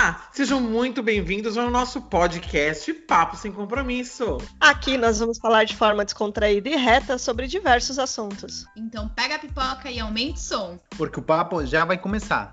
Olá, sejam muito bem-vindos ao nosso podcast Papo Sem Compromisso. Aqui nós vamos falar de forma descontraída e reta sobre diversos assuntos. Então pega a pipoca e aumente o som, porque o papo já vai começar.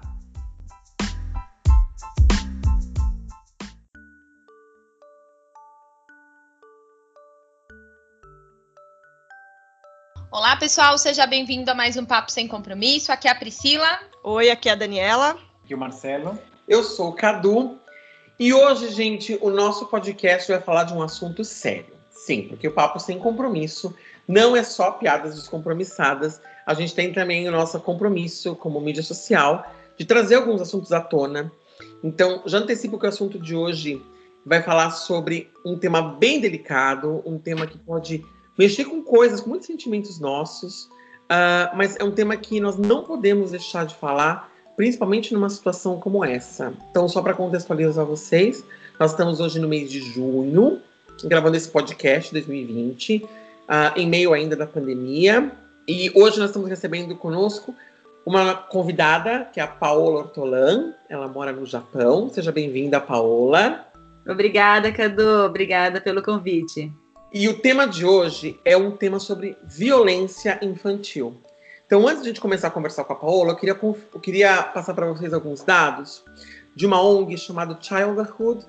Olá pessoal, seja bem-vindo a mais um Papo Sem Compromisso. Aqui é a Priscila. Oi, aqui é a Daniela. Aqui é o Marcelo. Eu sou o Cadu. E hoje, gente, o nosso podcast vai falar de um assunto sério. Sim, porque o Papo Sem Compromisso não é só piadas descompromissadas. A gente tem também o nosso compromisso como mídia social de trazer alguns assuntos à tona. Então, já antecipo que o assunto de hoje vai falar sobre um tema bem delicado, um tema que pode mexer com coisas, com muitos sentimentos nossos, mas é um tema que nós não podemos deixar de falar, principalmente numa situação como essa. Então, só para contextualizar vocês, nós estamos hoje no mês de junho, gravando esse podcast 2020, em meio ainda da pandemia, e hoje nós estamos recebendo conosco uma convidada, que é a Paola Ortolan. Ela mora no Japão. Seja bem-vinda, Paola. Obrigada, Cadu. Obrigada pelo convite. E o tema de hoje é um tema sobre violência infantil. Então, antes de a gente começar a conversar com a Paola, eu queria passar para vocês alguns dados de uma ONG chamada childhood.org.br.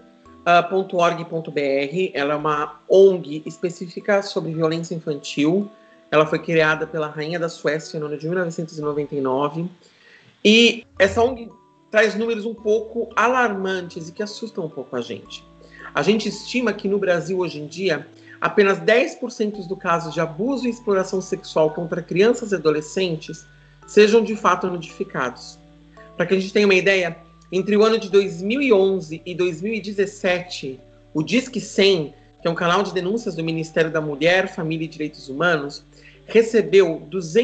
Ela é uma ONG específica sobre violência infantil. Ela foi criada pela Rainha da Suécia no ano de 1999. E essa ONG traz números um pouco alarmantes e que assustam um pouco a gente. A gente estima que no Brasil, hoje em dia, apenas 10% dos casos de abuso e exploração sexual contra crianças e adolescentes sejam de fato notificados. Para que a gente tenha uma ideia, entre o ano de 2011 e 2017, o Disque 100, que é um canal de denúncias do Ministério da Mulher, Família e Direitos Humanos, recebeu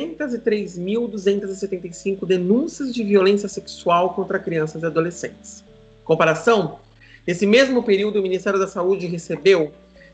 203.275 denúncias de violência sexual contra crianças e adolescentes. Comparação, nesse mesmo período, o Ministério da Saúde recebeu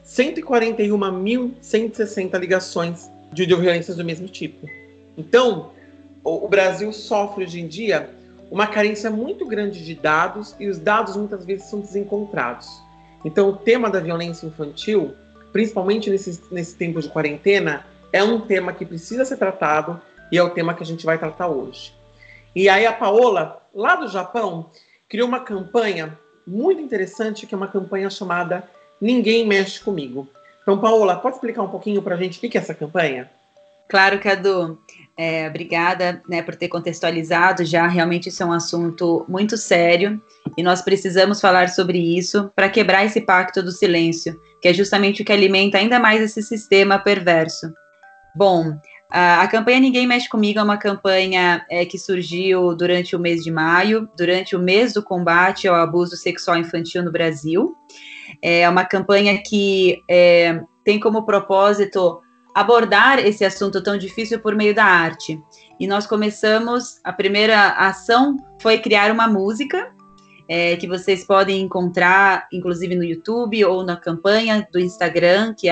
141.160 ligações de violências do mesmo tipo. Então, o Brasil sofre hoje em dia uma carência muito grande de dados e os dados muitas vezes são desencontrados. Então, o tema da violência infantil, principalmente nesse tempo de quarentena, é um tema que precisa ser tratado e é o tema que a gente vai tratar hoje. E aí a Paola, lá do Japão, criou uma campanha muito interessante, que é uma campanha chamada Ninguém Mexe Comigo. Então, Paola, pode explicar um pouquinho para a gente o que é essa campanha? Claro, Cadu. Obrigada, por ter contextualizado já. Realmente isso é um assunto muito sério e nós precisamos falar sobre isso para quebrar esse pacto do silêncio, que é justamente o que alimenta ainda mais esse sistema perverso. Bom, a campanha Ninguém Mexe Comigo é uma campanha que surgiu durante o mês de maio, durante o mês do combate ao abuso sexual infantil no Brasil. É uma campanha que tem como propósito abordar esse assunto tão difícil por meio da arte. E nós começamos, a primeira ação foi criar uma música, que vocês podem encontrar, inclusive no YouTube ou na campanha do Instagram, que é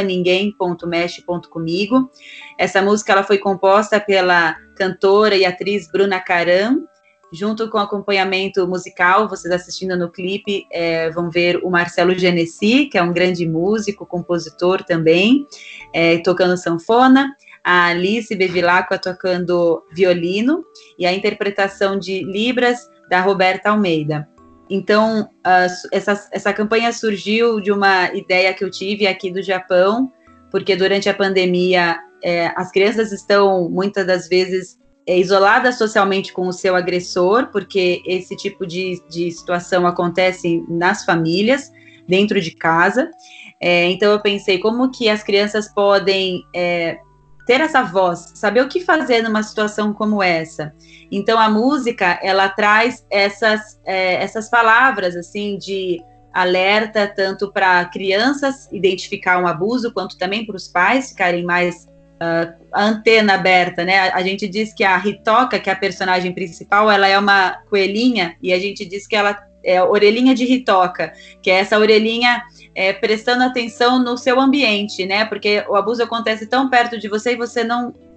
@ninguém.mexe.comigo. Essa música ela foi composta pela cantora e atriz Bruna Caram, junto com acompanhamento musical. Vocês assistindo no clipe vão ver o Marcelo Genesi, que é um grande músico, compositor também, tocando sanfona, a Alice Bevilacqua tocando violino, e a interpretação de Libras da Roberta Almeida. Então, essa campanha surgiu de uma ideia que eu tive aqui do Japão, porque durante a pandemia as crianças estão, muitas das vezes, isoladas socialmente com o seu agressor, porque esse tipo de situação acontece nas famílias, dentro de casa. Então, eu pensei, como que as crianças podem ter essa voz, saber o que fazer numa situação como essa. Então, a música, ela traz essas palavras, assim, de alerta, tanto para crianças identificar um abuso, quanto também para os pais ficarem mais a antena aberta, né? A gente diz que a Hitoka, que é a personagem principal, ela é uma coelhinha, e a gente diz que ela é a orelhinha de Hitoka, que é essa orelhinha prestando atenção no seu ambiente, né? Porque o abuso acontece tão perto de você e você não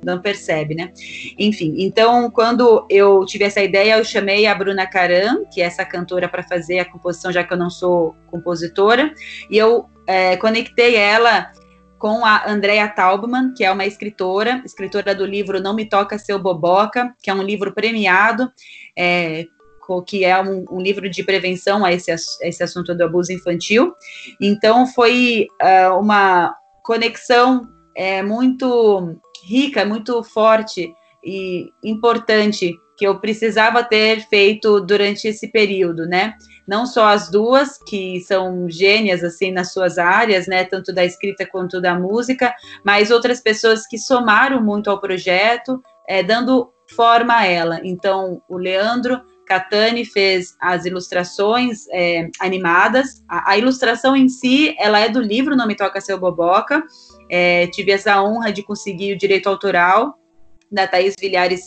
não percebe, né? Enfim, então, quando eu tive essa ideia, eu chamei a Bruna Caram, que é essa cantora, para fazer a composição, já que eu não sou compositora, e eu conectei ela com a Andrea Taubman, que é uma escritora do livro Não Me Toca Seu Boboca, que é um livro premiado, que é um livro de prevenção a esse assunto do abuso infantil. Então, foi uma conexão muito rica, muito forte e importante, que eu precisava ter feito durante esse período, né? Não só as duas, que são gênias, assim, nas suas áreas, né? Tanto da escrita quanto da música, mas outras pessoas que somaram muito ao projeto, dando forma a ela. Então, o Leandro Catani fez as ilustrações animadas. A ilustração em si, ela é do livro Não Me Toca Seu Boboca. Tive essa honra de conseguir o direito autoral da Thaís Linhares,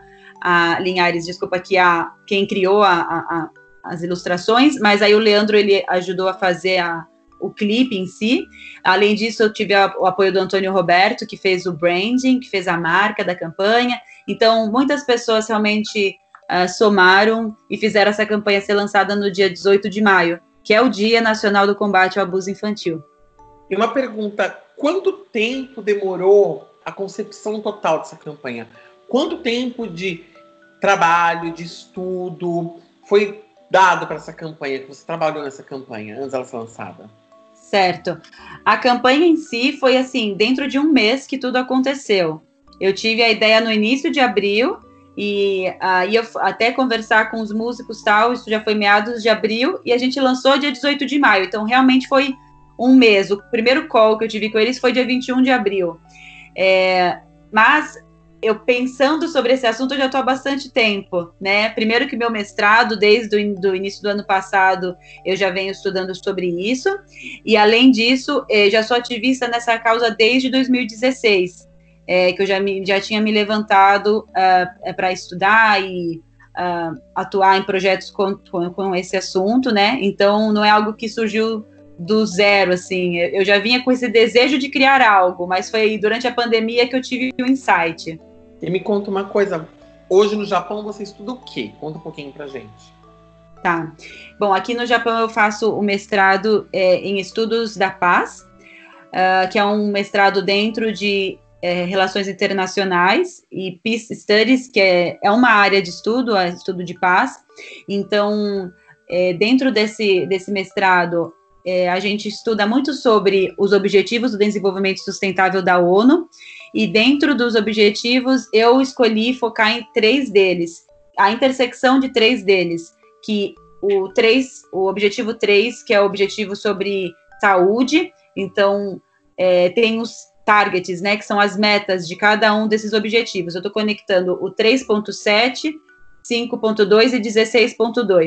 quem criou as ilustrações, mas aí o Leandro, ele ajudou a fazer o clipe em si. Além disso, eu tive o apoio do Antônio Roberto, que fez o branding, que fez a marca da campanha. Então, muitas pessoas realmente somaram e fizeram essa campanha ser lançada no dia 18 de maio, que é o Dia Nacional do Combate ao Abuso Infantil. E uma pergunta, quanto tempo demorou a concepção total dessa campanha? Quanto tempo de trabalho, de estudo foi dado para essa campanha, que você trabalhou nessa campanha antes dela ser lançada? Certo. A campanha em si foi assim, dentro de um mês que tudo aconteceu. Eu tive a ideia no início de abril, e aí eu até conversar com os músicos e tal, isso já foi meados de abril, e a gente lançou dia 18 de maio, então realmente foi um mês. O primeiro call que eu tive com eles foi dia 21 de abril. Mas eu pensando sobre esse assunto, eu já estou há bastante tempo, né? Primeiro que meu mestrado, desde o início do ano passado, eu já venho estudando sobre isso, e além disso, já sou ativista nessa causa desde 2016, que eu já tinha me levantado para estudar e atuar em projetos com esse assunto, né? Então, não é algo que surgiu do zero, assim. Eu já vinha com esse desejo de criar algo, mas foi durante a pandemia que eu tive o insight. E me conta uma coisa, hoje no Japão você estuda o quê? Conta um pouquinho pra gente. Tá. Bom, aqui no Japão eu faço o mestrado em Estudos da Paz, que é um mestrado dentro de Relações Internacionais, e Peace Studies, que é uma área de estudo de paz. Então, dentro desse mestrado, a gente estuda muito sobre os Objetivos do Desenvolvimento Sustentável da ONU, e dentro dos objetivos eu escolhi focar em 3 deles, a intersecção de 3 deles, que o objetivo 3, que é o objetivo sobre saúde. Então, tem os targets, né, que são as metas de cada um desses objetivos. Eu estou conectando o 3.7, 5.2 e 16.2.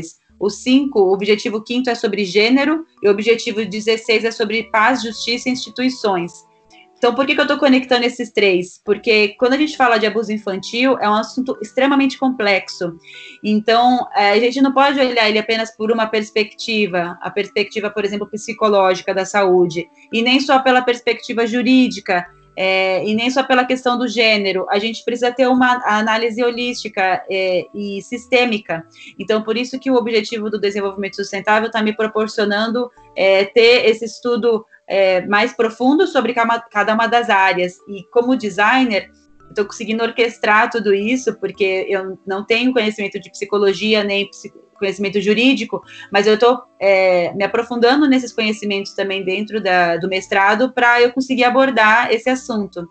O objetivo 5º é sobre gênero, e o objetivo 16 é sobre paz, justiça e instituições. Então, por que eu estou conectando esses 3? Porque quando a gente fala de abuso infantil, é um assunto extremamente complexo. Então, a gente não pode olhar ele apenas por uma perspectiva, a perspectiva, por exemplo, psicológica da saúde, e nem só pela perspectiva jurídica, e nem só pela questão do gênero. A gente precisa ter uma análise holística e sistêmica. Então, por isso que o Objetivo do Desenvolvimento Sustentável está me proporcionando ter esse estudo mais profundo sobre cada uma das áreas. E como designer, estou conseguindo orquestrar tudo isso, porque eu não tenho conhecimento de psicologia, nem conhecimento jurídico, mas eu estou me aprofundando nesses conhecimentos também dentro do mestrado, para eu conseguir abordar esse assunto.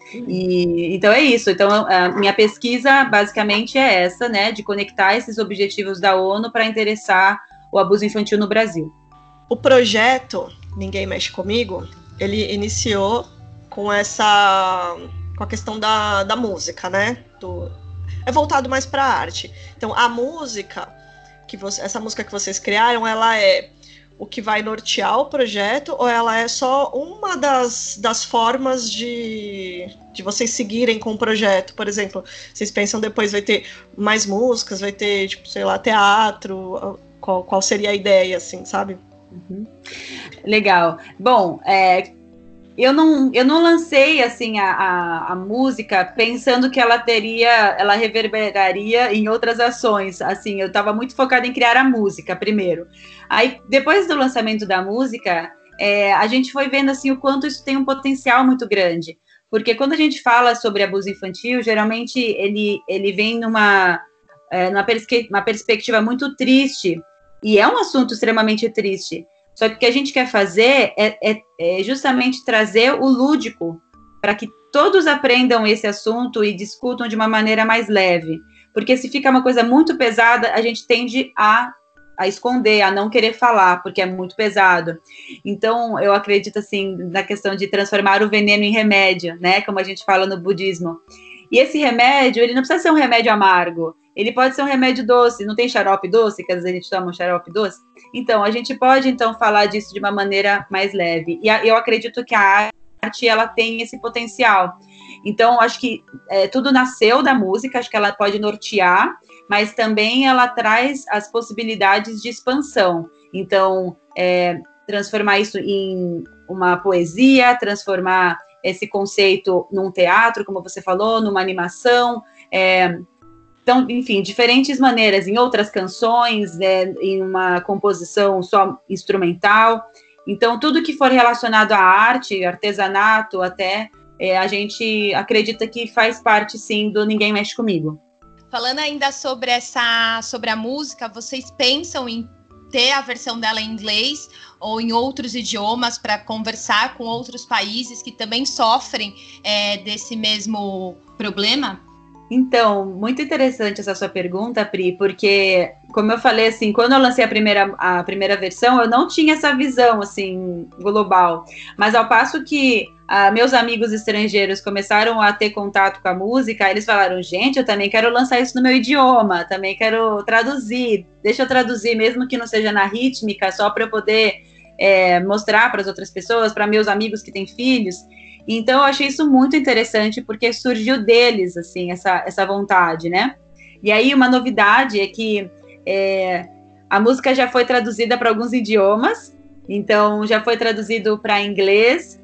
Então é isso. Então a minha pesquisa basicamente é essa, né, de conectar esses objetivos da ONU para interessar o abuso infantil no Brasil. O projeto Ninguém Mexe Comigo, ele iniciou com a questão da música, né? É voltado mais para a arte. Então, a música, essa música que vocês criaram, ela é o que vai nortear o projeto, ou ela é só uma das formas de vocês seguirem com o projeto? Por exemplo, vocês pensam depois vai ter mais músicas, vai ter, tipo, sei lá, teatro? Qual seria a ideia, assim, sabe? Legal. Bom, eu não lancei assim a música pensando que ela reverberaria em outras ações. Assim, eu estava muito focada em criar a música primeiro. Aí, depois do lançamento da música, a gente foi vendo assim o quanto isso tem um potencial muito grande. Porque quando a gente fala sobre abuso infantil, geralmente ele vem numa perspectiva muito triste, e é um assunto extremamente triste. Só que o que a gente quer fazer é justamente trazer o lúdico para que todos aprendam esse assunto e discutam de uma maneira mais leve. Porque se fica uma coisa muito pesada, a gente tende a esconder, a não querer falar, porque é muito pesado. Então, eu acredito, assim, na questão de transformar o veneno em remédio, né? Como a gente fala no budismo. E esse remédio, ele não precisa ser um remédio amargo. Ele pode ser um remédio doce. Não tem xarope doce? Que às vezes a gente toma um xarope doce? Então, a gente pode, então, falar disso de uma maneira mais leve. E eu acredito que a arte, ela tem esse potencial. Então, acho que tudo nasceu da música, acho que ela pode nortear, mas também ela traz as possibilidades de expansão. Então, transformar isso em uma poesia, transformar esse conceito num teatro, como você falou, numa animação, então, enfim, diferentes maneiras, em outras canções, em uma composição só instrumental. Então, tudo que for relacionado à arte, artesanato, até, a gente acredita que faz parte, sim, do Ninguém Mexe Comigo. Falando ainda sobre a música, vocês pensam em ter a versão dela em inglês ou em outros idiomas para conversar com outros países que também sofrem desse mesmo problema? Então, muito interessante essa sua pergunta, Pri, porque, como eu falei, assim, quando eu lancei a primeira versão, eu não tinha essa visão, assim, global. Mas ao passo que meus amigos estrangeiros começaram a ter contato com a música, eles falaram, gente, eu também quero lançar isso no meu idioma, também quero traduzir, deixa eu traduzir, mesmo que não seja na rítmica, só para eu poder mostrar para as outras pessoas, para meus amigos que têm filhos. Então, eu achei isso muito interessante, porque surgiu deles, assim, essa vontade, né? E aí, uma novidade é que a música já foi traduzida para alguns idiomas, então, já foi traduzido para inglês,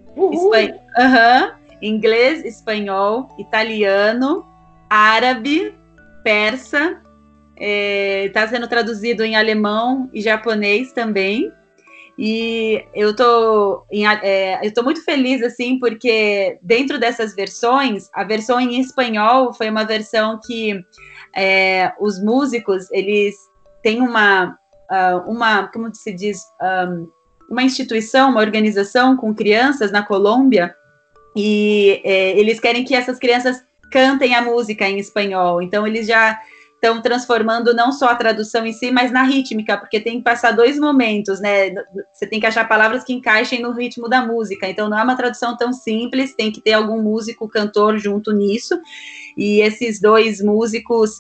inglês, espanhol, italiano, árabe, persa, está sendo traduzido em alemão e japonês também. E eu tô muito feliz, assim, porque dentro dessas versões, a versão em espanhol foi uma versão que os músicos, eles têm uma como se diz, uma instituição, uma organização com crianças na Colômbia, e eles querem que essas crianças cantem a música em espanhol, então eles já estão transformando não só a tradução em si, mas na rítmica, porque tem que passar 2 momentos, né? Você tem que achar palavras que encaixem no ritmo da música, então não é uma tradução tão simples, tem que ter algum músico, cantor junto nisso, e esses 2 músicos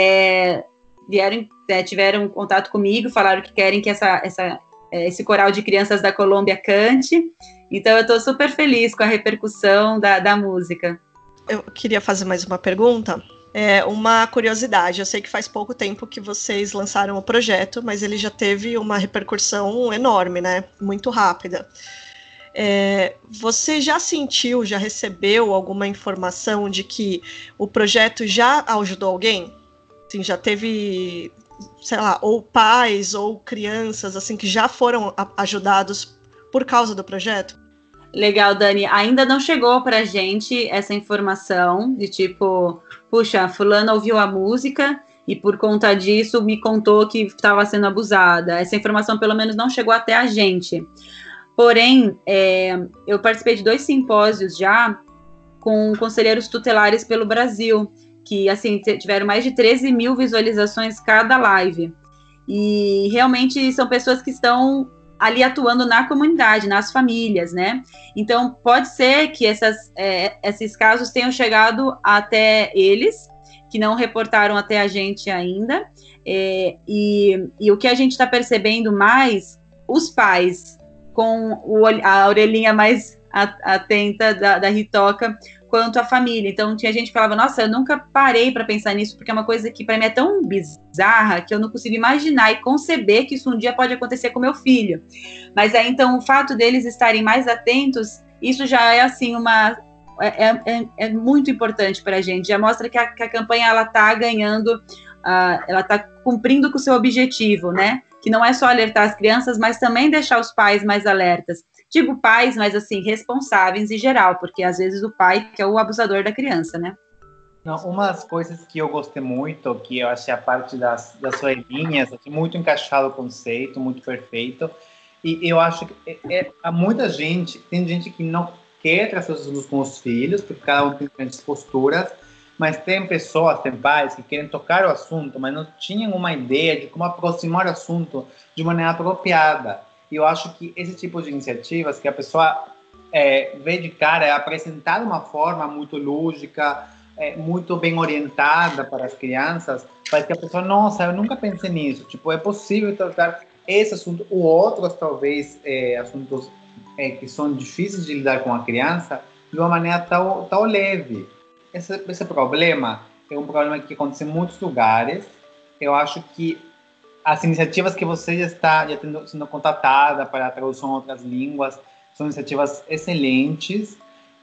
tiveram contato comigo, falaram que querem que esse coral de crianças da Colômbia cante, então eu estou super feliz com a repercussão da música. Eu queria fazer mais uma pergunta. Uma curiosidade, eu sei que faz pouco tempo que vocês lançaram o projeto, mas ele já teve uma repercussão enorme, né? Muito rápida. Você já sentiu, já recebeu alguma informação de que o projeto já ajudou alguém? Assim, já teve, sei lá, ou pais ou crianças assim que já foram ajudados por causa do projeto? Legal, Dani. Ainda não chegou pra gente essa informação de tipo, puxa, fulana ouviu a música e por conta disso me contou que estava sendo abusada. Essa informação, pelo menos, não chegou até a gente. Porém, eu participei de 2 simpósios já com conselheiros tutelares pelo Brasil, que, assim, tiveram mais de 13 mil visualizações cada live. E realmente são pessoas que estão ali atuando na comunidade, nas famílias, né? Então, pode ser que esses casos tenham chegado até eles, que não reportaram até a gente ainda, e o que a gente está percebendo mais, os pais com a orelhinha mais atenta da Ritoca, quanto a família. Então, tinha gente que falava, nossa, eu nunca parei para pensar nisso, porque é uma coisa que para mim é tão bizarra que eu não consigo imaginar e conceber que isso um dia pode acontecer com meu filho. Mas aí, então, o fato deles estarem mais atentos isso já é assim é muito importante para a gente, já mostra que a campanha ela está ganhando, ela está cumprindo com o seu objetivo, né? Que não é só alertar as crianças, mas também deixar os pais mais alertas. Digo pais, mas assim, responsáveis em geral, porque às vezes o pai que é o abusador da criança, né? Não, uma das coisas que eu gostei muito, que eu achei a parte das orelhinhas, assim, muito encaixado o conceito, muito perfeito. E eu acho que há muita gente, tem gente que não quer trazer os assuntos com os filhos, porque cada um tem diferentes posturas, mas tem pessoas, tem pais que querem tocar o assunto, mas não tinham uma ideia de como aproximar o assunto de maneira apropriada. E eu acho que esse tipo de iniciativas que a pessoa vê de cara, é apresentar de uma forma muito lúdica, muito bem orientada para as crianças, faz que a pessoa, nossa, eu nunca pensei nisso, tipo, é possível tratar esse assunto ou outros, talvez, assuntos que são difíceis de lidar com a criança, de uma maneira tão leve. Esse problema é um problema que acontece em muitos lugares. Eu acho que as iniciativas que você já está sendo contatada para a tradução em outras línguas são iniciativas excelentes.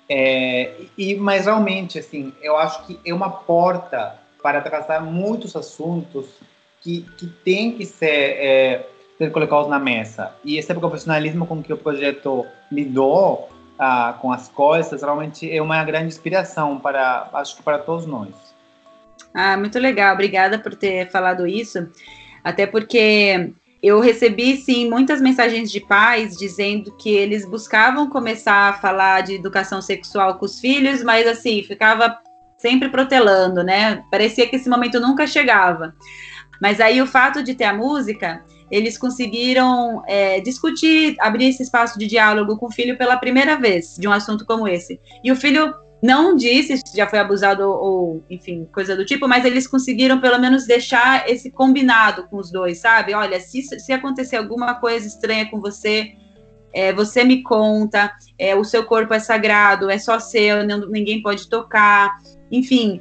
Mas realmente, assim, eu acho que é uma porta para tratar muitos assuntos que tem que ser colocados na mesa. E esse profissionalismo com que o projeto lidou com as coisas realmente é uma grande inspiração acho que para todos nós. Muito legal, obrigada por ter falado isso, até porque eu recebi, sim, muitas mensagens de pais dizendo que eles buscavam começar a falar de educação sexual com os filhos, mas, assim, ficava sempre protelando, né? Parecia que esse momento nunca chegava. Mas aí o fato de ter a música, eles conseguiram discutir, abrir esse espaço de diálogo com o filho pela primeira vez, de um assunto como esse. E o filho não disse se já foi abusado ou, enfim, coisa do tipo, mas eles conseguiram pelo menos deixar esse combinado com os dois, sabe? Olha, se acontecer alguma coisa estranha com você, você me conta, o seu corpo é sagrado, é só seu, ninguém pode tocar, enfim.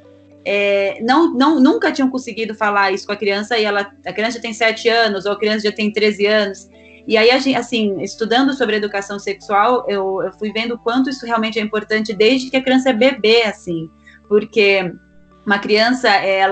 Nunca tinham conseguido falar isso com a criança, e a criança tem 7 anos, ou a criança já tem 13 anos, e aí, assim, estudando sobre educação sexual, eu fui vendo o quanto isso realmente é importante desde que a criança é bebê, assim, porque uma criança,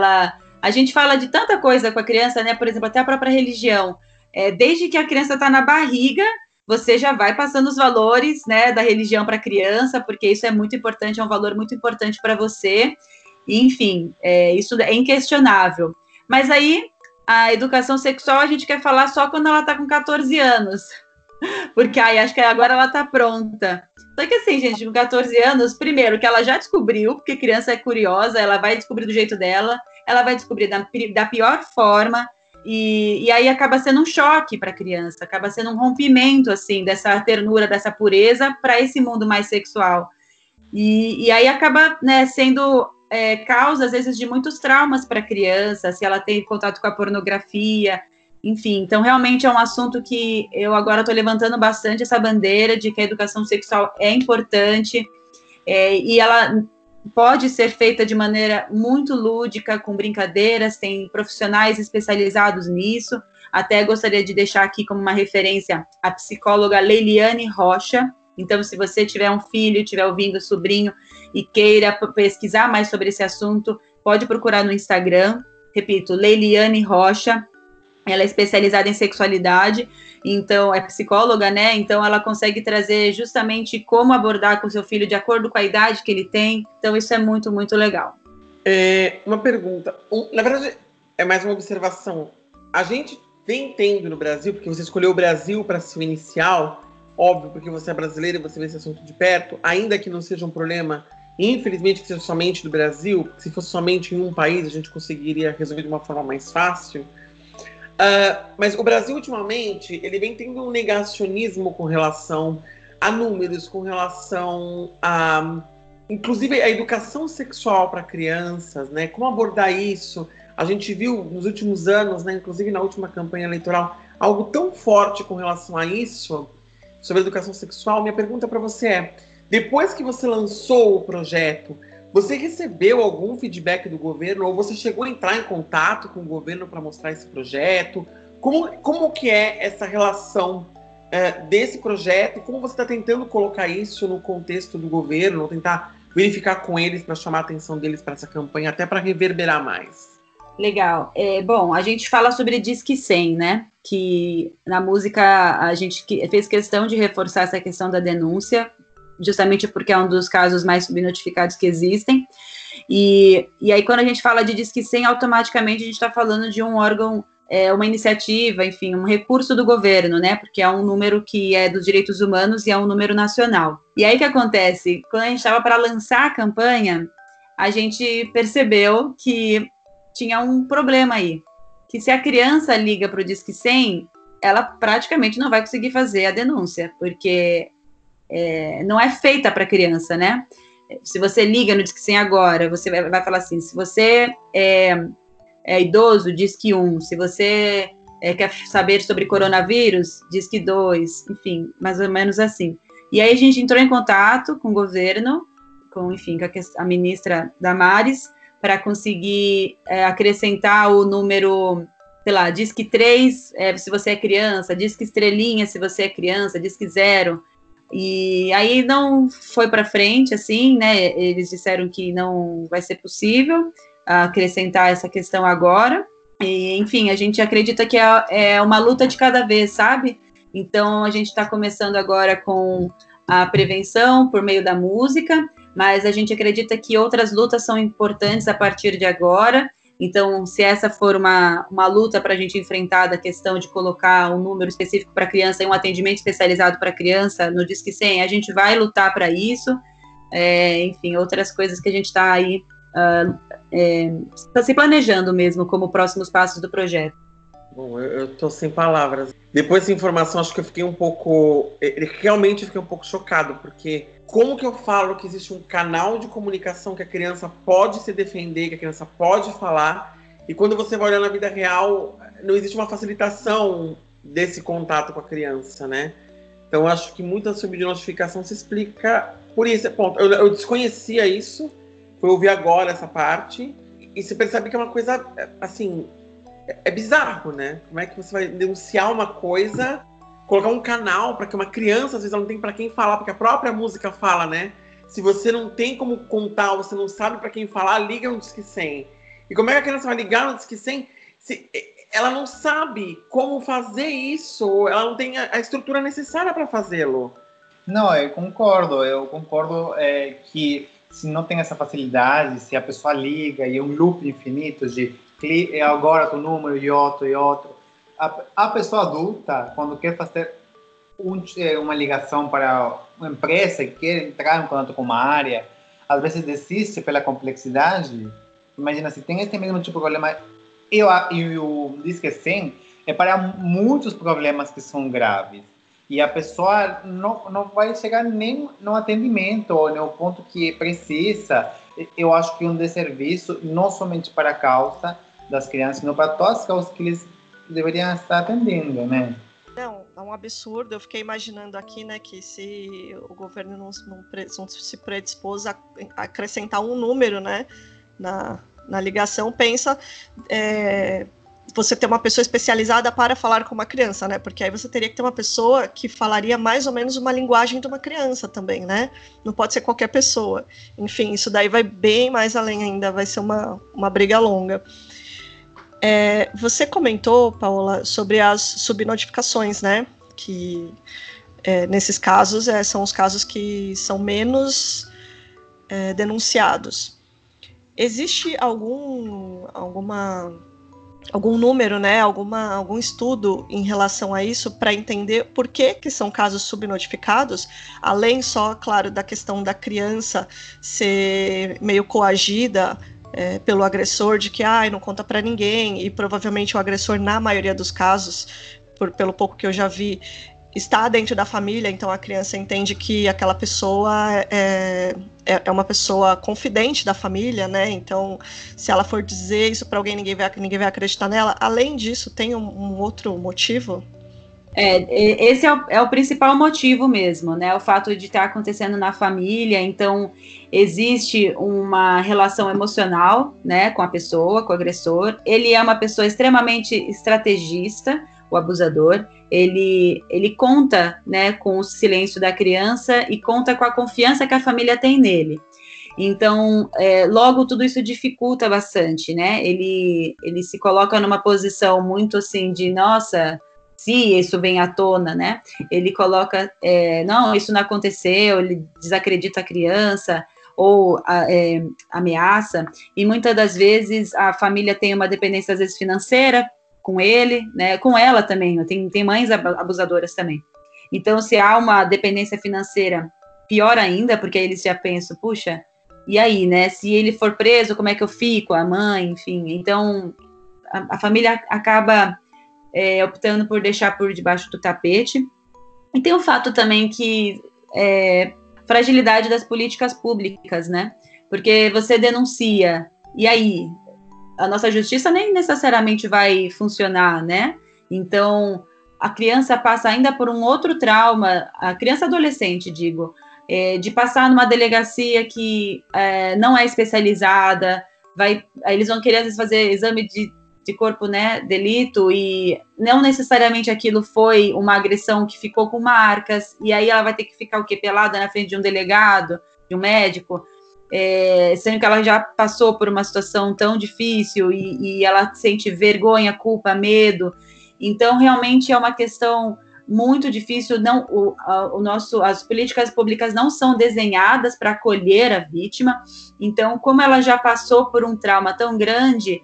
a gente fala de tanta coisa com a criança, né, por exemplo, até a própria religião, desde que a criança está na barriga, você já vai passando os valores, né, da religião para a criança, porque isso é muito importante, é um valor muito importante para você, e, enfim, isso é inquestionável. Mas aí, a educação sexual a gente quer falar só quando ela está com 14 anos, porque aí acho que agora ela está pronta. Só que assim, gente, com 14 anos, primeiro que ela já descobriu, porque criança é curiosa, ela vai descobrir do jeito dela, ela vai descobrir da pior forma, e aí acaba sendo um choque para a criança, acaba sendo um rompimento, assim, dessa ternura, dessa pureza para esse mundo mais sexual. E aí acaba, né, sendo causa, às vezes, de muitos traumas para a criança, se ela tem contato com a pornografia, enfim. Então, realmente é um assunto que eu agora estou levantando bastante essa bandeira de que a educação sexual é importante, e ela pode ser feita de maneira muito lúdica, com brincadeiras, tem profissionais especializados nisso. Até gostaria de deixar aqui como uma referência a psicóloga Leiliane Rocha. Então, se você tiver um filho, estiver ouvindo sobrinho e queira pesquisar mais sobre esse assunto, pode procurar no Instagram. Repito, Leiliane Rocha. Ela é especializada em sexualidade, então é psicóloga, né? Então ela consegue trazer justamente como abordar com o seu filho de acordo com a idade que ele tem. Então isso é muito, muito legal. Uma pergunta. Na verdade, é mais uma observação. A gente vem tendo no Brasil, porque você escolheu o Brasil para ser o inicial, óbvio, porque você é brasileira e você vê esse assunto de perto, ainda que não seja um problema, infelizmente, que seja somente do Brasil, se fosse somente em um país, a gente conseguiria resolver de uma forma mais fácil. Mas o Brasil, ultimamente, ele vem tendo um negacionismo com relação a números, com relação a, inclusive, a educação sexual para crianças, né? Como abordar isso? A gente viu nos últimos anos, né, inclusive na última campanha eleitoral, algo tão forte com relação a isso, sobre a educação sexual. Minha pergunta para você é, depois que você lançou o projeto, você recebeu algum feedback do governo ou você chegou a entrar em contato com o governo para mostrar esse projeto? Como que é essa relação desse projeto, como você está tentando colocar isso no contexto do governo, ou tentar verificar com eles para chamar a atenção deles para essa campanha, até para reverberar mais. Legal. Bom, a gente fala sobre Disque 100, né? Que na música a gente fez questão de reforçar essa questão da denúncia, justamente porque é um dos casos mais subnotificados que existem. E aí, quando a gente fala de Disque 100, automaticamente a gente está falando de um órgão, uma iniciativa, enfim, um recurso do governo, né? Porque é um número que é dos direitos humanos e é um número nacional. E aí o que acontece? Quando a gente estava para lançar a campanha, a gente percebeu que tinha um problema aí, que se a criança liga para o Disque 100, ela praticamente não vai conseguir fazer a denúncia, porque não é feita para criança, né? Se você liga no Disque 100 agora, você vai falar assim, se você é idoso, Disque 1, se você quer saber sobre coronavírus, Disque 2, enfim, mais ou menos assim. E aí a gente entrou em contato com o governo, com a ministra Damares, para conseguir acrescentar o número, sei lá, Disque 3, se você é criança, Disque estrelinha, se você é criança, Disque 0. E aí não foi para frente, assim, né? Eles disseram que não vai ser possível acrescentar essa questão agora. E, enfim, a gente acredita que é uma luta de cada vez, sabe? Então, a gente está começando agora com a prevenção por meio da música, mas a gente acredita que outras lutas são importantes a partir de agora. Então, se essa for uma luta para a gente enfrentar da questão de colocar um número específico para criança e um atendimento especializado para criança no Disque 100, a gente vai lutar para isso. Enfim, outras coisas que a gente está aí se planejando mesmo como próximos passos do projeto. Bom, eu estou sem palavras. Depois dessa informação, acho que eu fiquei um pouco... Realmente fiquei um pouco chocado, porque como que eu falo que existe um canal de comunicação que a criança pode se defender, que a criança pode falar, e quando você vai olhar na vida real, não existe uma facilitação desse contato com a criança, né? Então, acho que muita subnotificação se explica por esse ponto. Eu desconhecia isso, fui ouvir agora essa parte, e se percebe que é uma coisa, assim... É bizarro, né? Como é que você vai denunciar uma coisa, colocar um canal para que uma criança, às vezes, ela não tem para quem falar, porque a própria música fala, né? Se você não tem como contar, você não sabe para quem falar, liga no Disque 100. E como é que a criança vai ligar no Disque 100 se ela não sabe como fazer isso? Ela não tem a estrutura necessária para fazê-lo. Não, eu concordo que se não tem essa facilidade, se a pessoa liga e é um loop infinito de agora com número e outro. A pessoa adulta, quando quer fazer uma ligação para uma empresa e quer entrar em contato com uma área, às vezes desiste pela complexidade. Imagina, se tem esse mesmo tipo de problema, e o Disque 100 é para muitos problemas que são graves. E a pessoa não vai chegar nem no atendimento ou no ponto que precisa. Eu acho que é um desserviço, não somente para a causa das crianças, não para todas as causas que eles deveriam estar atendendo, né? Não, é um absurdo. Eu fiquei imaginando aqui, né, que se o governo não se predispôs a acrescentar um número, né, na ligação, pensa você ter uma pessoa especializada para falar com uma criança, né? Porque aí você teria que ter uma pessoa que falaria mais ou menos uma linguagem de uma criança também, né? Não pode ser qualquer pessoa. Enfim, isso daí vai bem mais além ainda, vai ser uma briga longa. Você comentou, Paola, sobre as subnotificações, né? Que nesses casos são os casos que são menos denunciados. Existe algum número, né? Algum estudo em relação a isso para entender por que são casos subnotificados, além só, claro, da questão da criança ser meio coagida pelo agressor, de que não conta para ninguém, e provavelmente o agressor, na maioria dos casos, pelo pouco que eu já vi, está dentro da família, então a criança entende que aquela pessoa é uma pessoa confidente da família, né? Então, se ela for dizer isso para alguém, ninguém vai acreditar nela. Além disso, tem um outro motivo? Esse é o principal motivo mesmo, né? O fato de estar acontecendo na família. Então, existe uma relação emocional, né, com a pessoa, com o agressor. Ele é uma pessoa extremamente estrategista, o abusador, ele conta, né, com o silêncio da criança e conta com a confiança que a família tem nele. Então, logo tudo isso dificulta bastante, né? Ele se coloca numa posição muito assim de, nossa, se isso vem à tona, né? Ele coloca, não, isso não aconteceu, ele desacredita a criança ou ameaça, e muitas das vezes a família tem uma dependência, às vezes, financeira com ele, né? Com ela também, tem mães abusadoras também. Então, se há uma dependência financeira, pior ainda, porque eles já pensam, puxa, e aí, né? Se ele for preso, como é que eu fico? A mãe, enfim. Então, a família acaba optando por deixar por debaixo do tapete. E tem o fato também que fragilidade das políticas públicas, né? Porque você denuncia, e aí? A nossa justiça nem necessariamente vai funcionar, né? Então, a criança passa ainda por um outro trauma, a criança adolescente, digo, de passar numa delegacia que não é especializada, eles vão querer, às vezes, fazer exame de corpo, né, delito, e não necessariamente aquilo foi uma agressão que ficou com marcas, e aí ela vai ter que ficar o quê? Pelada na frente de um delegado, de um médico, sendo que ela já passou por uma situação tão difícil, e ela sente vergonha, culpa, medo. Então, realmente é uma questão muito difícil. As políticas públicas não são desenhadas para acolher a vítima. Então, como ela já passou por um trauma tão grande,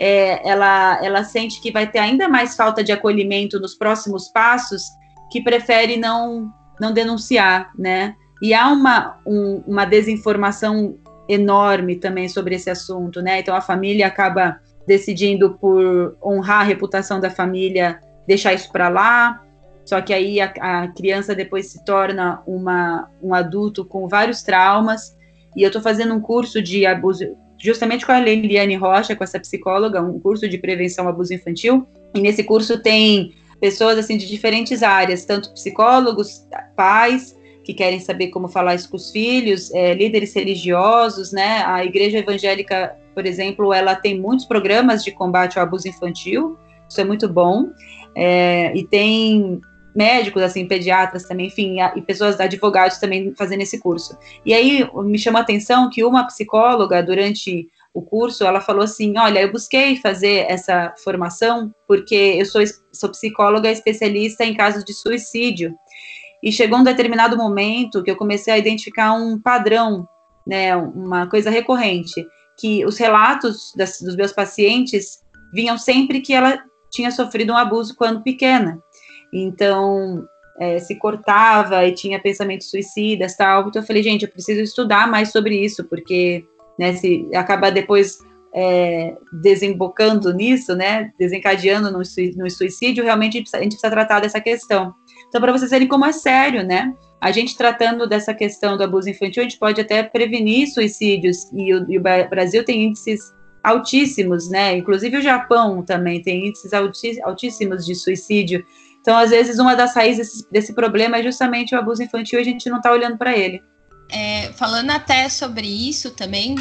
ela sente que vai ter ainda mais falta de acolhimento nos próximos passos, que prefere não denunciar, né? E há uma desinformação enorme também sobre esse assunto, né? Então, a família acaba decidindo por honrar a reputação da família, deixar isso para lá. Só que aí a criança depois se torna um adulto com vários traumas. E eu estou fazendo um curso de abuso, justamente com a Liliane Rocha, com essa psicóloga, um curso de prevenção ao abuso infantil. E nesse curso tem pessoas assim de diferentes áreas, tanto psicólogos, pais, que querem saber como falar isso com os filhos, líderes religiosos, né? A igreja evangélica, por exemplo, ela tem muitos programas de combate ao abuso infantil, isso é muito bom. E tem médicos, assim, pediatras também, enfim, e pessoas, advogados também fazendo esse curso. E aí me chamou a atenção que uma psicóloga, durante o curso, ela falou assim, olha, eu busquei fazer essa formação porque eu sou psicóloga especialista em casos de suicídio, e chegou um determinado momento que eu comecei a identificar um padrão, né, uma coisa recorrente, que os relatos dos meus pacientes vinham sempre que ela tinha sofrido um abuso quando pequena. Então, se cortava e tinha pensamentos suicidas, tal. Então, eu falei, gente, eu preciso estudar mais sobre isso, porque, né, se acaba depois desembocando nisso, né, desencadeando no suicídio, realmente a gente precisa tratar dessa questão. Então, para vocês verem como é sério, né, a gente tratando dessa questão do abuso infantil, a gente pode até prevenir suicídios, e o Brasil tem índices altíssimos, né, inclusive o Japão também tem índices altíssimos de suicídio. Então, às vezes, uma das raízes desse problema é justamente o abuso infantil, e a gente não está olhando para ele. Falando até sobre isso também,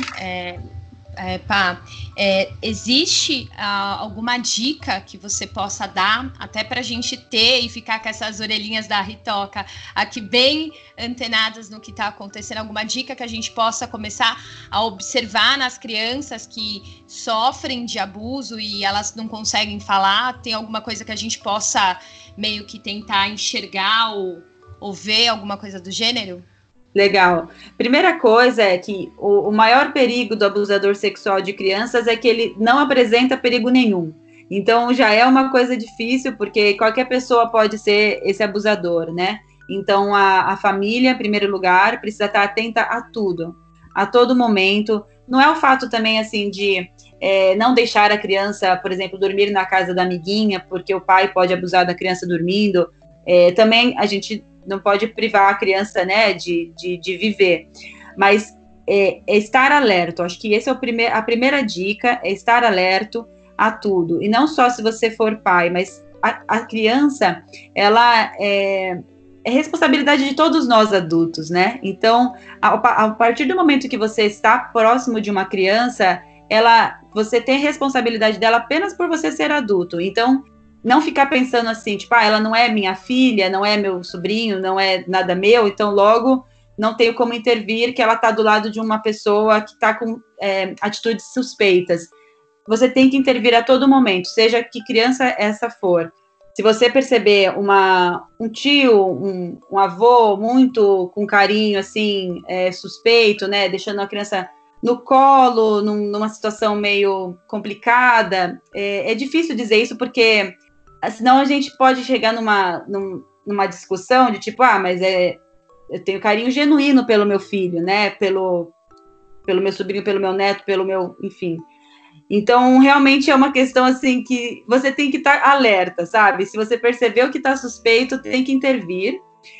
Pá, existe alguma dica que você possa dar, até para a gente ter e ficar com essas orelhinhas da Ritoca aqui bem antenadas no que está acontecendo, alguma dica que a gente possa começar a observar nas crianças que sofrem de abuso e elas não conseguem falar? Tem alguma coisa que a gente possa meio que tentar enxergar ou ver alguma coisa do gênero? Legal. Primeira coisa é que o maior perigo do abusador sexual de crianças é que ele não apresenta perigo nenhum. Então, já é uma coisa difícil, porque qualquer pessoa pode ser esse abusador, né? Então, a família, em primeiro lugar, precisa estar atenta a tudo, a todo momento. Não é o fato também, assim, de não deixar a criança, por exemplo, dormir na casa da amiguinha, porque o pai pode abusar da criança dormindo. Também a gente não pode privar a criança, né, de viver, mas estar alerta. Acho que essa é a primeira dica, é estar alerta a tudo, e não só se você for pai, mas a criança, ela é responsabilidade de todos nós adultos, né? Então, a partir do momento que você está próximo de uma criança, você tem responsabilidade dela apenas por você ser adulto. Então, não ficar pensando assim, tipo, ela não é minha filha, não é meu sobrinho, não é nada meu, então logo não tenho como intervir que ela está do lado de uma pessoa que está com atitudes suspeitas. Você tem que intervir a todo momento, seja que criança essa for. Se você perceber um tio, um avô muito com carinho, assim, suspeito, né, deixando a criança no colo, numa situação meio complicada, é difícil dizer isso, porque senão a gente pode chegar numa discussão de tipo, mas eu tenho carinho genuíno pelo meu filho, né, pelo meu sobrinho, pelo meu neto, pelo meu, enfim. Então, realmente é uma questão, assim, que você tem que estar alerta, sabe? Se você percebeu que está suspeito, tem que intervir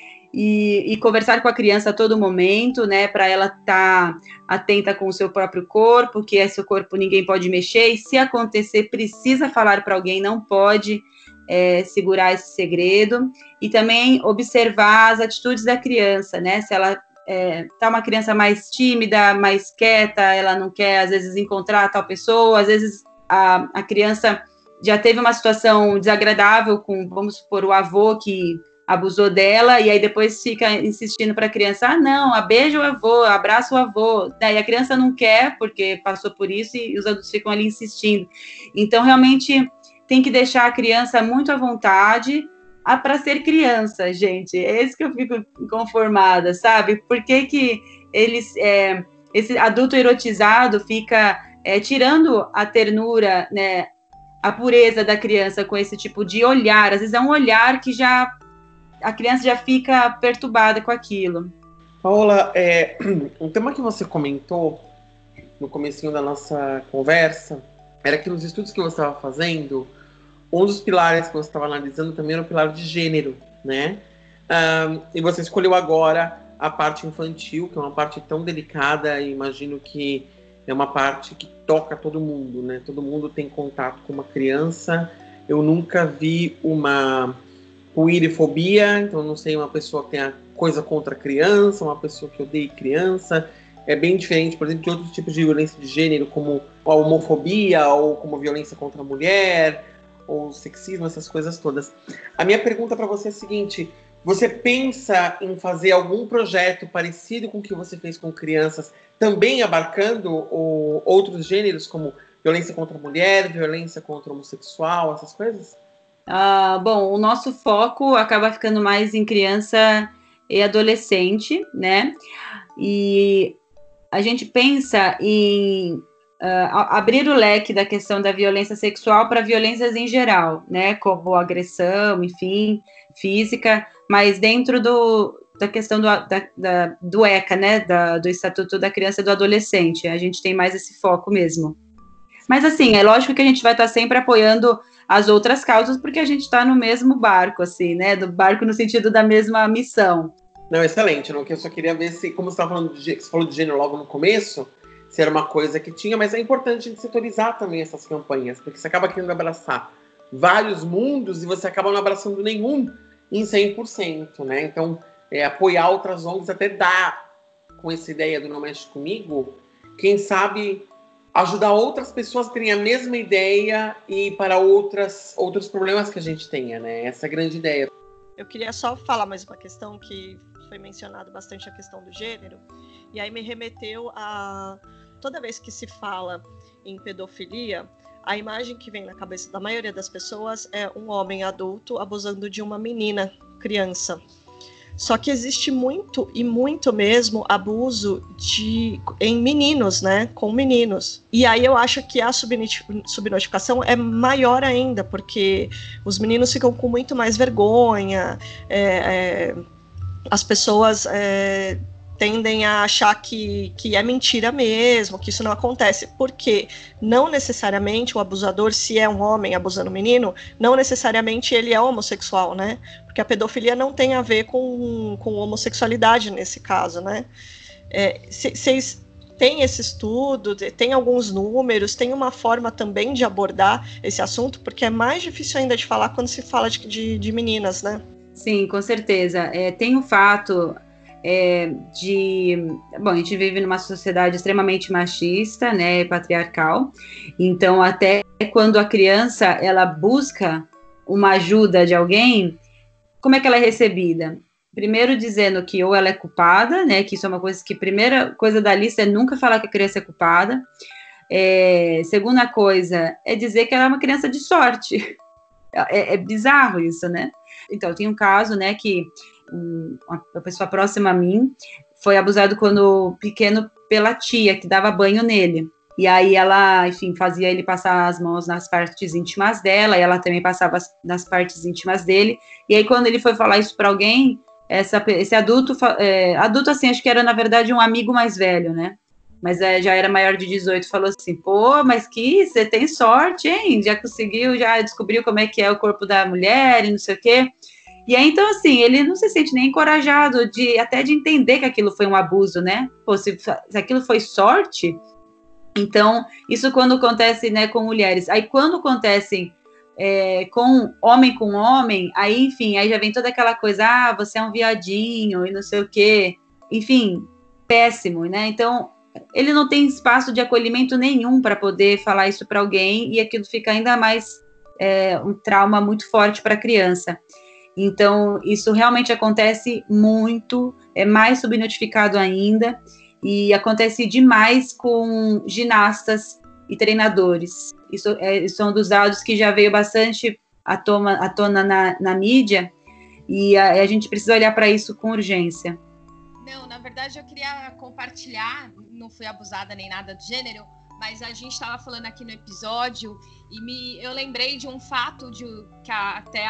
e conversar com a criança a todo momento, né? Para ela estar atenta com o seu próprio corpo, que é seu corpo, ninguém pode mexer. E se acontecer, precisa falar para alguém, não pode segurar esse segredo. E também observar as atitudes da criança, né? Se ela tá uma criança mais tímida, mais quieta, ela não quer, às vezes, encontrar tal pessoa, às vezes a criança já teve uma situação desagradável com, vamos supor, o avô que abusou dela, e aí depois fica insistindo para a criança, não, beija o avô, abraça o avô, daí a criança não quer, porque passou por isso, e os adultos ficam ali insistindo. Então, realmente, tem que deixar a criança muito à vontade, para ser criança, gente, é isso que eu fico inconformada, sabe? Por que esse adulto erotizado fica tirando a ternura, né, a pureza da criança com esse tipo de olhar? Às vezes é um olhar que a criança já fica perturbada com aquilo. Paola, um tema que você comentou no comecinho da nossa conversa era que nos estudos que você estava fazendo, um dos pilares que você estava analisando também era o pilar de gênero, né? E você escolheu agora a parte infantil, que é uma parte tão delicada, e imagino que é uma parte que toca todo mundo, né? Todo mundo tem contato com uma criança. Eu nunca vi uma puerifobia, então não sei, uma pessoa que tenha coisa contra a criança, uma pessoa que odeie criança. É bem diferente, por exemplo, de outros tipos de violência de gênero, como a homofobia, ou como violência contra a mulher, ou sexismo, essas coisas todas. A minha pergunta para você é a seguinte: você pensa em fazer algum projeto parecido com o que você fez com crianças, também abarcando outros gêneros, como violência contra a mulher, violência contra o homossexual, essas coisas? Bom, o nosso foco acaba ficando mais em criança e adolescente, né? E a gente pensa em abrir o leque da questão da violência sexual para violências em geral, né, como agressão, enfim, física, mas dentro da questão do ECA, né, do Estatuto da Criança e do Adolescente, a gente tem mais esse foco mesmo. Mas, assim, é lógico que a gente vai estar sempre apoiando as outras causas, porque a gente está no mesmo barco, assim, né, do barco no sentido da mesma missão. Não, excelente, não, que eu só queria ver se, como você estava falando você falou de gênero logo no começo, se era uma coisa que tinha, mas é importante a gente setorizar também essas campanhas, porque você acaba querendo abraçar vários mundos e você acaba não abraçando nenhum em 100%, né? Então, apoiar outras ONGs até dá, com essa ideia do Não Mexe Comigo, quem sabe ajudar outras pessoas a terem a mesma ideia e para outros problemas que a gente tenha, né? Essa é a grande ideia. Eu queria só falar mais uma questão que foi mencionado bastante, a questão do gênero, e aí me remeteu a toda vez que se fala em pedofilia, a imagem que vem na cabeça da maioria das pessoas é um homem adulto abusando de uma menina, criança. Só que existe muito, e muito mesmo, abuso em meninos, né? Com meninos. E aí eu acho que a subnotificação é maior ainda, porque os meninos ficam com muito mais vergonha, as pessoas tendem a achar que é mentira mesmo, que isso não acontece, porque não necessariamente o abusador, se é um homem abusando um menino, não necessariamente ele é homossexual, né? Porque a pedofilia não tem a ver com homossexualidade nesse caso, né? Vocês têm esse estudo, tem alguns números, tem uma forma também de abordar esse assunto, porque é mais difícil ainda de falar quando se fala de meninas, né? Sim, com certeza. Tem o fato bom, a gente vive numa sociedade extremamente machista, né, patriarcal, então até quando a criança, ela busca uma ajuda de alguém, como é que ela é recebida? Primeiro dizendo que ou ela é culpada, né, que isso é uma coisa que, primeira coisa da lista é nunca falar que a criança é culpada. Segunda coisa é dizer que ela é uma criança de sorte. É bizarro isso, né? Então, tem um caso, né, que uma pessoa próxima a mim foi abusado quando pequeno pela tia, que dava banho nele. E aí ela, enfim, fazia ele passar as mãos nas partes íntimas dela, e ela também passava nas partes íntimas dele. E aí, quando ele foi falar isso para alguém, esse adulto, assim, acho que era, na verdade, um amigo mais velho, né? Mas já era maior de 18, falou assim, pô, mas que você tem sorte, hein? Já descobriu como é que é o corpo da mulher e não sei o quê. E aí, então, assim, ele não se sente nem encorajado até de entender que aquilo foi um abuso, né? Pô, se aquilo foi sorte, então, isso quando acontece, né, com mulheres. Aí, quando acontecem com homem, aí, enfim, aí já vem toda aquela coisa, você é um viadinho e não sei o quê. Enfim, péssimo, né? Então, ele não tem espaço de acolhimento nenhum para poder falar isso para alguém e aquilo fica ainda mais um trauma muito forte para a criança. Então, isso realmente acontece muito, é mais subnotificado ainda, e acontece demais com ginastas e treinadores. Isso são dos dados que já veio bastante à tona na mídia, e a gente precisa olhar para isso com urgência. Não, na verdade eu queria compartilhar, não fui abusada nem nada do gênero, mas a gente estava falando aqui no episódio e eu lembrei de um fato que até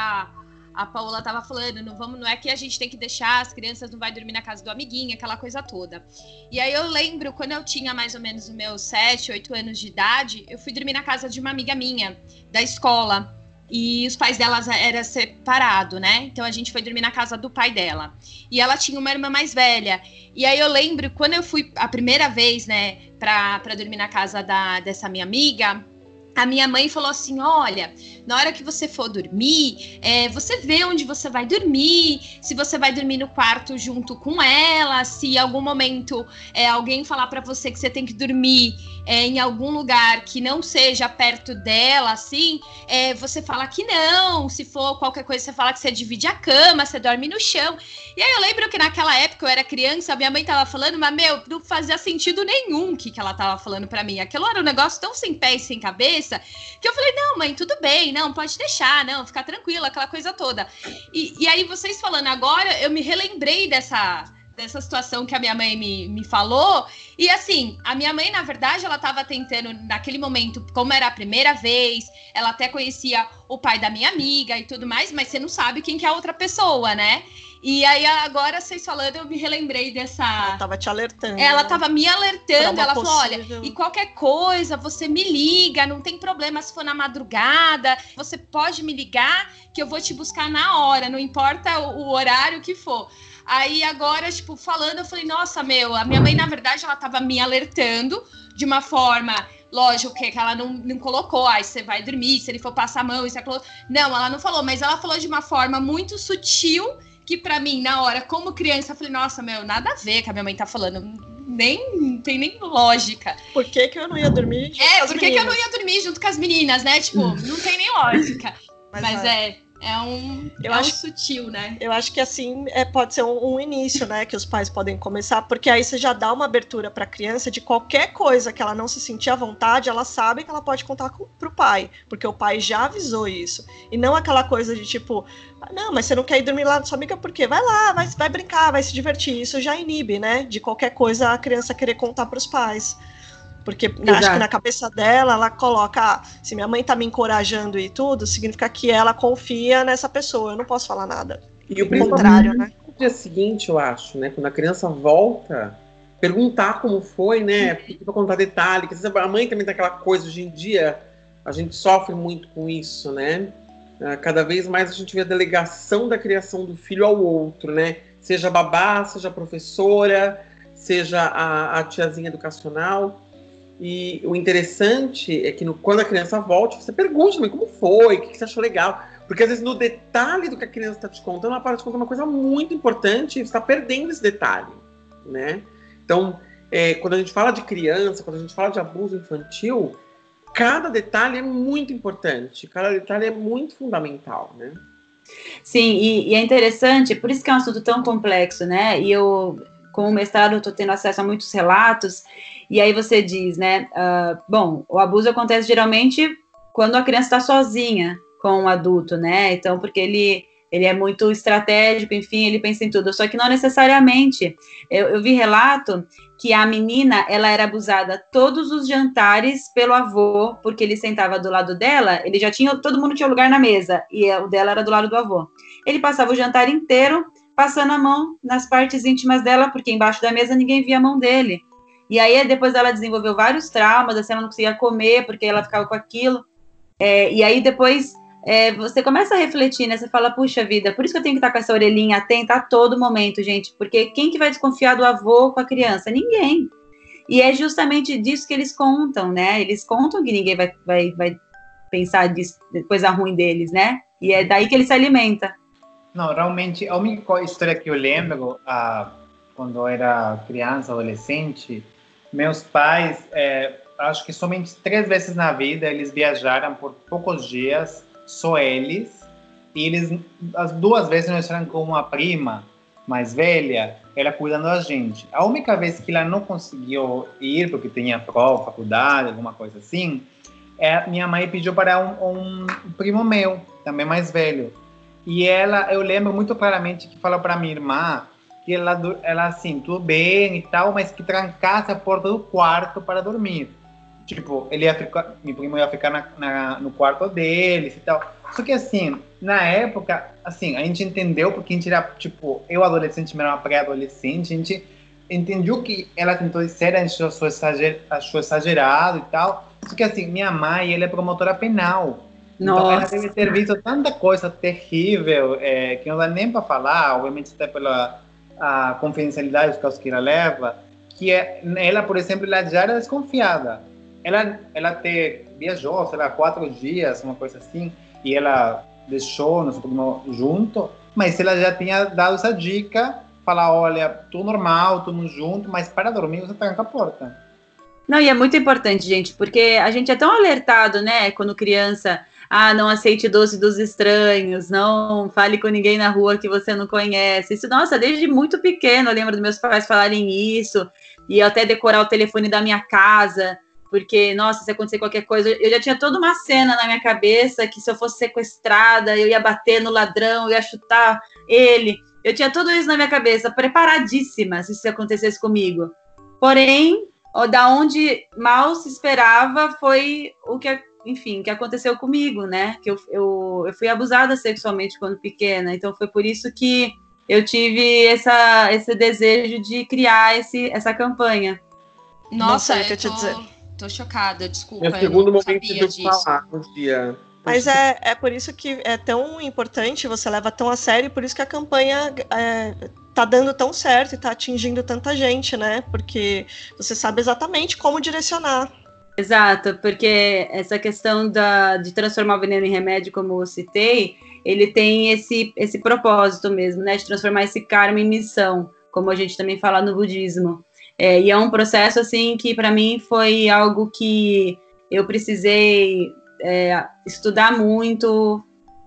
a Paola estava falando, não é que a gente tem que deixar as crianças, não vai dormir na casa do amiguinho, aquela coisa toda. E aí eu lembro, quando eu tinha mais ou menos os meus 7, 8 anos de idade, eu fui dormir na casa de uma amiga minha, da escola, e os pais delas eram separados, né? Então a gente foi dormir na casa do pai dela. E ela tinha uma irmã mais velha. E aí eu lembro, quando eu fui a primeira vez, né, pra dormir na casa dessa minha amiga, a minha mãe falou assim, olha, na hora que você for dormir, você vê onde você vai dormir, se você vai dormir no quarto junto com ela, se em algum momento alguém falar para você que você tem que dormir em algum lugar que não seja perto dela, assim, você fala que não, se for qualquer coisa, você fala que você divide a cama, você dorme no chão. E aí eu lembro que naquela época eu era criança, a minha mãe tava falando, mas, não fazia sentido nenhum que ela tava falando para mim. Aquilo era um negócio tão sem pé e sem cabeça, que eu falei, não, mãe, tudo bem, não, pode deixar, não, ficar tranquila, aquela coisa toda. E aí vocês falando agora, eu me relembrei dessa situação que a minha mãe me falou, e assim, a minha mãe, na verdade, ela estava tentando, naquele momento, como era a primeira vez, ela até conhecia o pai da minha amiga e tudo mais, mas você não sabe quem que é a outra pessoa, né? E aí, agora, vocês falando, eu me relembrei dessa... Ela tava te alertando. Ela tava me alertando, ela falou, olha, possível... e qualquer coisa, você me liga, não tem problema se for na madrugada, você pode me ligar que eu vou te buscar na hora, não importa o horário que for. Aí, agora, tipo, falando, eu falei, nossa, a minha mãe, na verdade, ela tava me alertando de uma forma... Lógico que ela não colocou, você vai dormir, se ele for passar a mão, isso é aquilo. Não, ela não falou, mas ela falou de uma forma muito sutil, que pra mim, na hora, como criança, eu falei, nossa, nada a ver que a minha mãe tá falando, não tem nem lógica. Por que eu não ia dormir junto com as por que eu não ia dormir junto com as meninas, né? Tipo, não tem nem lógica. Mas sutil, né? Eu acho que assim pode ser um início, né? Que os pais podem começar, porque aí você já dá uma abertura para a criança de qualquer coisa que ela não se sentir à vontade, ela sabe que ela pode contar pro pai, porque o pai já avisou isso. E não aquela coisa de tipo, não, mas você não quer ir dormir lá na sua amiga por quê? Vai lá, vai brincar, vai se divertir. Isso já inibe, né? De qualquer coisa a criança querer contar para os pais. Porque acho que na cabeça dela, ela coloca, se minha mãe tá me encorajando e tudo, significa que ela confia nessa pessoa, eu não posso falar nada. E o contrário, né? No dia seguinte, eu acho, né, quando a criança volta, perguntar como foi, né, para contar detalhe, que a mãe também tem aquela coisa, hoje em dia, a gente sofre muito com isso, né, cada vez mais a gente vê a delegação da criação do filho ao outro, né, seja babá, seja professora, seja a tiazinha educacional. E o interessante é que quando a criança volta, você pergunta também como foi, o que você achou legal. Porque às vezes no detalhe do que a criança está te contando, ela para de contar uma coisa muito importante e você está perdendo esse detalhe, né? Então, quando a gente fala de criança, quando a gente fala de abuso infantil, cada detalhe é muito importante, cada detalhe é muito fundamental, né? Sim, e é interessante, por isso que é um assunto tão complexo, né? E eu, com o mestrado, estou tendo acesso a muitos relatos, e aí você diz, né? Bom, o abuso acontece geralmente quando a criança está sozinha com o adulto, né? Então, porque ele é muito estratégico, enfim, ele pensa em tudo. Só que não necessariamente. Eu vi relato que a menina, ela era abusada todos os jantares pelo avô, porque ele sentava do lado dela, ele já tinha, todo mundo tinha lugar na mesa, e o dela era do lado do avô. Ele passava o jantar inteiro passando a mão nas partes íntimas dela, porque embaixo da mesa ninguém via a mão dele. E aí, depois ela desenvolveu vários traumas, assim, ela não conseguia comer, porque ela ficava com aquilo. E aí, depois, você começa a refletir, né? Você fala, puxa vida, por isso que eu tenho que estar com essa orelhinha atenta a todo momento, gente, porque quem que vai desconfiar do avô com a criança? Ninguém. E é justamente disso que eles contam, né? Eles contam que ninguém vai pensar de coisa ruim deles, né? E é daí que ele se alimenta. Não, realmente, a única história que eu lembro, quando eu era criança, adolescente, meus pais, acho que somente 3 vezes na vida, eles viajaram por poucos dias, só eles, e eles, as 2 vezes nós eram com uma prima mais velha, ela cuidando da gente. A única vez que ela não conseguiu ir, porque tinha prova, faculdade, alguma coisa assim, minha mãe pediu para um primo meu, também mais velho. E eu lembro muito claramente que falou para minha irmã que ela assim, tudo bem e tal, mas que trancasse a porta do quarto para dormir. Tipo, meu primo ia ficar no quarto deles e tal. Só que assim, na época, assim, a gente entendeu, porque a gente era, tipo, eu adolescente, era uma pré-adolescente, a gente entendeu que ela tentou dizer, a gente achou exagerado e tal. Só que assim, minha mãe, ela é promotora penal. Então, ela deve ter visto tanta coisa terrível que não dá nem para falar, obviamente até pela a confidencialidade dos casos que ela leva, que ela, por exemplo, ela já era desconfiada. Ela até viajou, sei lá, 4 dias, uma coisa assim, e ela deixou nosso primo junto, mas ela já tinha dado essa dica, falar, olha, tudo normal, tudo junto, mas para dormir você tranca a porta. Não, e é muito importante, gente, porque a gente é tão alertado, né, quando criança, não aceite doce dos estranhos, não fale com ninguém na rua que você não conhece. Isso, nossa, desde muito pequeno, eu lembro dos meus pais falarem isso, e até decorar o telefone da minha casa, porque, nossa, se acontecer qualquer coisa, eu já tinha toda uma cena na minha cabeça, que se eu fosse sequestrada, eu ia bater no ladrão, eu ia chutar ele, eu tinha tudo isso na minha cabeça, preparadíssima, se isso acontecesse comigo. Porém, da onde mal se esperava foi o que, enfim, que aconteceu comigo, né? Que eu fui abusada sexualmente quando pequena, então foi por isso que eu tive esse desejo de criar essa campanha. Nossa, eu tô chocada, desculpa. É o segundo momento de eu falar no dia. Mas é por isso que é tão importante, você leva tão a sério, por isso que a campanha tá dando tão certo e tá atingindo tanta gente, né? Porque você sabe exatamente como direcionar. Exato, porque essa questão de transformar o veneno em remédio, como eu citei, ele tem esse propósito mesmo, né? De transformar esse karma em missão, como a gente também fala no budismo. E é um processo, assim, que para mim foi algo que eu precisei estudar muito,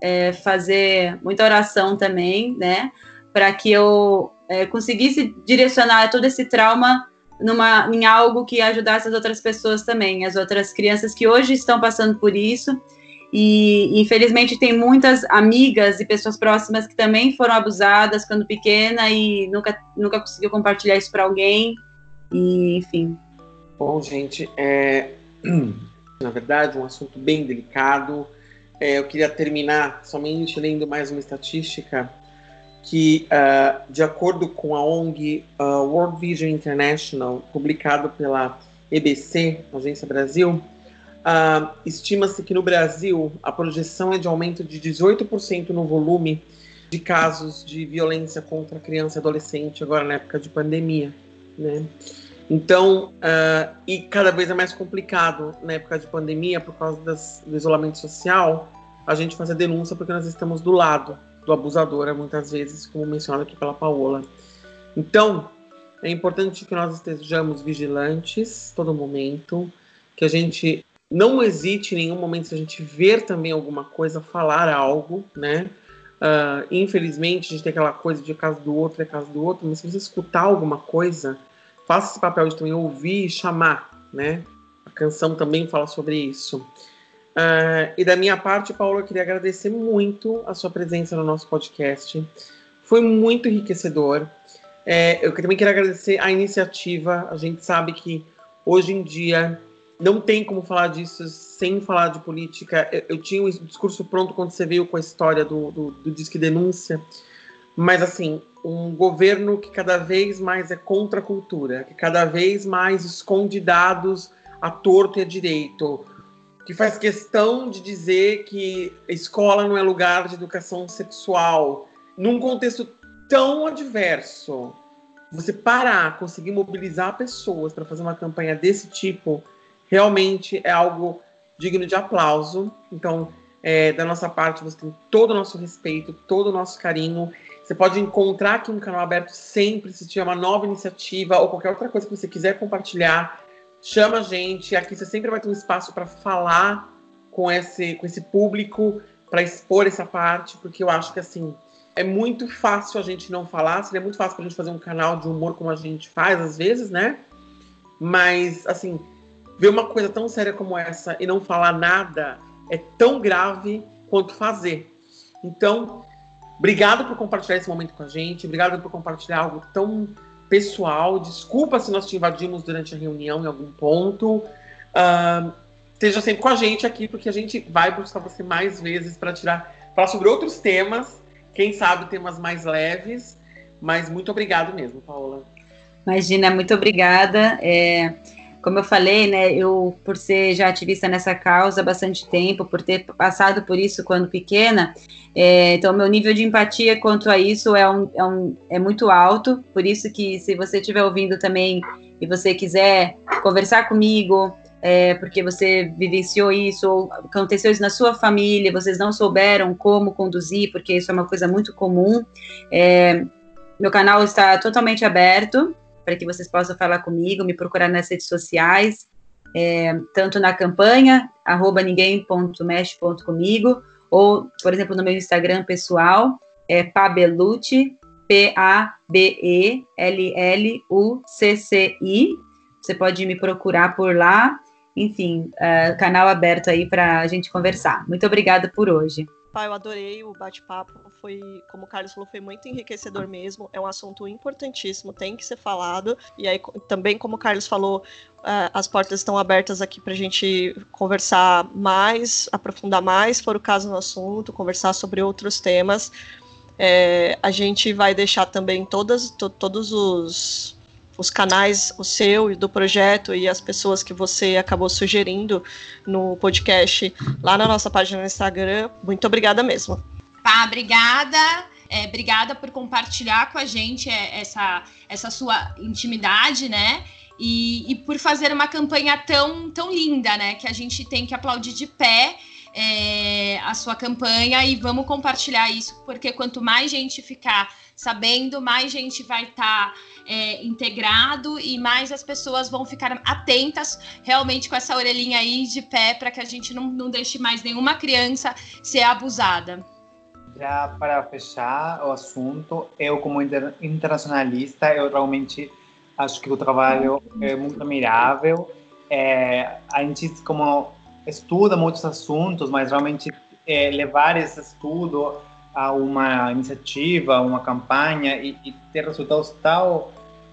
fazer muita oração também, né? Para que eu conseguisse direcionar todo esse trauma em algo que ajudasse as outras pessoas também, as outras crianças que hoje estão passando por isso. E, infelizmente, tem muitas amigas e pessoas próximas que também foram abusadas quando pequena e nunca conseguiu compartilhar isso para alguém. E, enfim. Bom, gente, na verdade, um assunto bem delicado. Eu queria terminar somente lendo mais uma estatística que, de acordo com a ONG World Vision International, publicado pela EBC, Agência Brasil, estima-se que no Brasil a projeção é de aumento de 18% no volume de casos de violência contra criança e adolescente, agora na época de pandemia, né? Então, e cada vez é mais complicado na época de pandemia, por causa do isolamento social, a gente fazer denúncia porque nós estamos do lado do abusador, muitas vezes, como mencionado aqui pela Paola. Então, é importante que nós estejamos vigilantes todo momento, que a gente não hesite em nenhum momento, se a gente ver também alguma coisa, falar algo, né? Infelizmente, a gente tem aquela coisa de casa do outro é casa do outro, mas se você escutar alguma coisa, faça esse papel de também ouvir e chamar, né? A canção também fala sobre isso. E da minha parte, Paula, eu queria agradecer muito a sua presença no nosso podcast. Foi muito enriquecedor. Eu também quero agradecer a iniciativa. A gente sabe que hoje em dia não tem como falar disso sem falar de política. Eu tinha um discurso pronto quando você veio com a história do Disque Denúncia, mas assim, um governo que cada vez mais é contra a cultura, que cada vez mais esconde dados à torto e à direito, que faz questão de dizer que a escola não é lugar de educação sexual, num contexto tão adverso. Você parar, conseguir mobilizar pessoas para fazer uma campanha desse tipo, realmente é algo digno de aplauso. Então, da nossa parte, você tem todo o nosso respeito, todo o nosso carinho. Você pode encontrar aqui um canal aberto sempre, se tiver uma nova iniciativa ou qualquer outra coisa que você quiser compartilhar, chama a gente. Aqui você sempre vai ter um espaço para falar com esse público, para expor essa parte, porque eu acho que, assim, é muito fácil a gente não falar, seria muito fácil pra gente fazer um canal de humor como a gente faz, às vezes, né? Mas, assim, ver uma coisa tão séria como essa e não falar nada é tão grave quanto fazer. Então, obrigado por compartilhar esse momento com a gente, obrigado por compartilhar algo tão pessoal. Desculpa se nós te invadimos durante a reunião em algum ponto. Esteja sempre com a gente aqui, porque a gente vai buscar você mais vezes para falar sobre outros temas, quem sabe temas mais leves, mas muito obrigado mesmo, Paula. Imagina, muito obrigada. Como eu falei, né, eu, por ser já ativista nessa causa há bastante tempo, por ter passado por isso quando pequena, então meu nível de empatia quanto a isso é muito alto, por isso que se você estiver ouvindo também e você quiser conversar comigo, porque você vivenciou isso, ou aconteceu isso na sua família, vocês não souberam como conduzir, porque isso é uma coisa muito comum, meu canal está totalmente aberto, para que vocês possam falar comigo, me procurar nas redes sociais, tanto na campanha, @ninguém.mexe.comigo, ou, por exemplo, no meu Instagram pessoal, Pabellucci, PABELLUCCI, você pode me procurar por lá, enfim, canal aberto aí para a gente conversar. Muito obrigada por hoje. Eu adorei o bate-papo, como o Carlos falou, foi muito enriquecedor mesmo, é um assunto importantíssimo, tem que ser falado, e aí também, como o Carlos falou, as portas estão abertas aqui para a gente conversar mais, aprofundar mais, se for o caso no assunto, conversar sobre outros temas. A gente vai deixar também todos os canais, o seu e do projeto, e as pessoas que você acabou sugerindo no podcast lá na nossa página no Instagram. Muito obrigada mesmo. Obrigada. Obrigada por compartilhar com a gente essa sua intimidade, né? E por fazer uma campanha tão linda, né? Que a gente tem que aplaudir de pé a sua campanha, e vamos compartilhar isso, porque quanto mais gente ficar sabendo, mais gente vai estar integrado, e mais as pessoas vão ficar atentas realmente com essa orelhinha aí de pé, para que a gente não deixe mais nenhuma criança ser abusada. Já para fechar o assunto, eu como internacionalista, eu realmente acho que o trabalho é muito admirável. A gente como estuda muitos assuntos, mas realmente levar esse estudo a uma iniciativa, uma campanha e ter resultados tão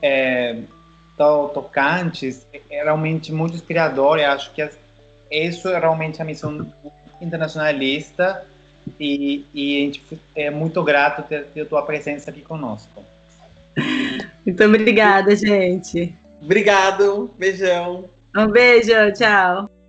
tocantes é realmente muito inspirador. Eu acho que isso é realmente a missão internacionalista, e a gente é muito grato ter a tua presença aqui conosco. Muito obrigada, gente. Obrigado, beijão. Um beijo, tchau.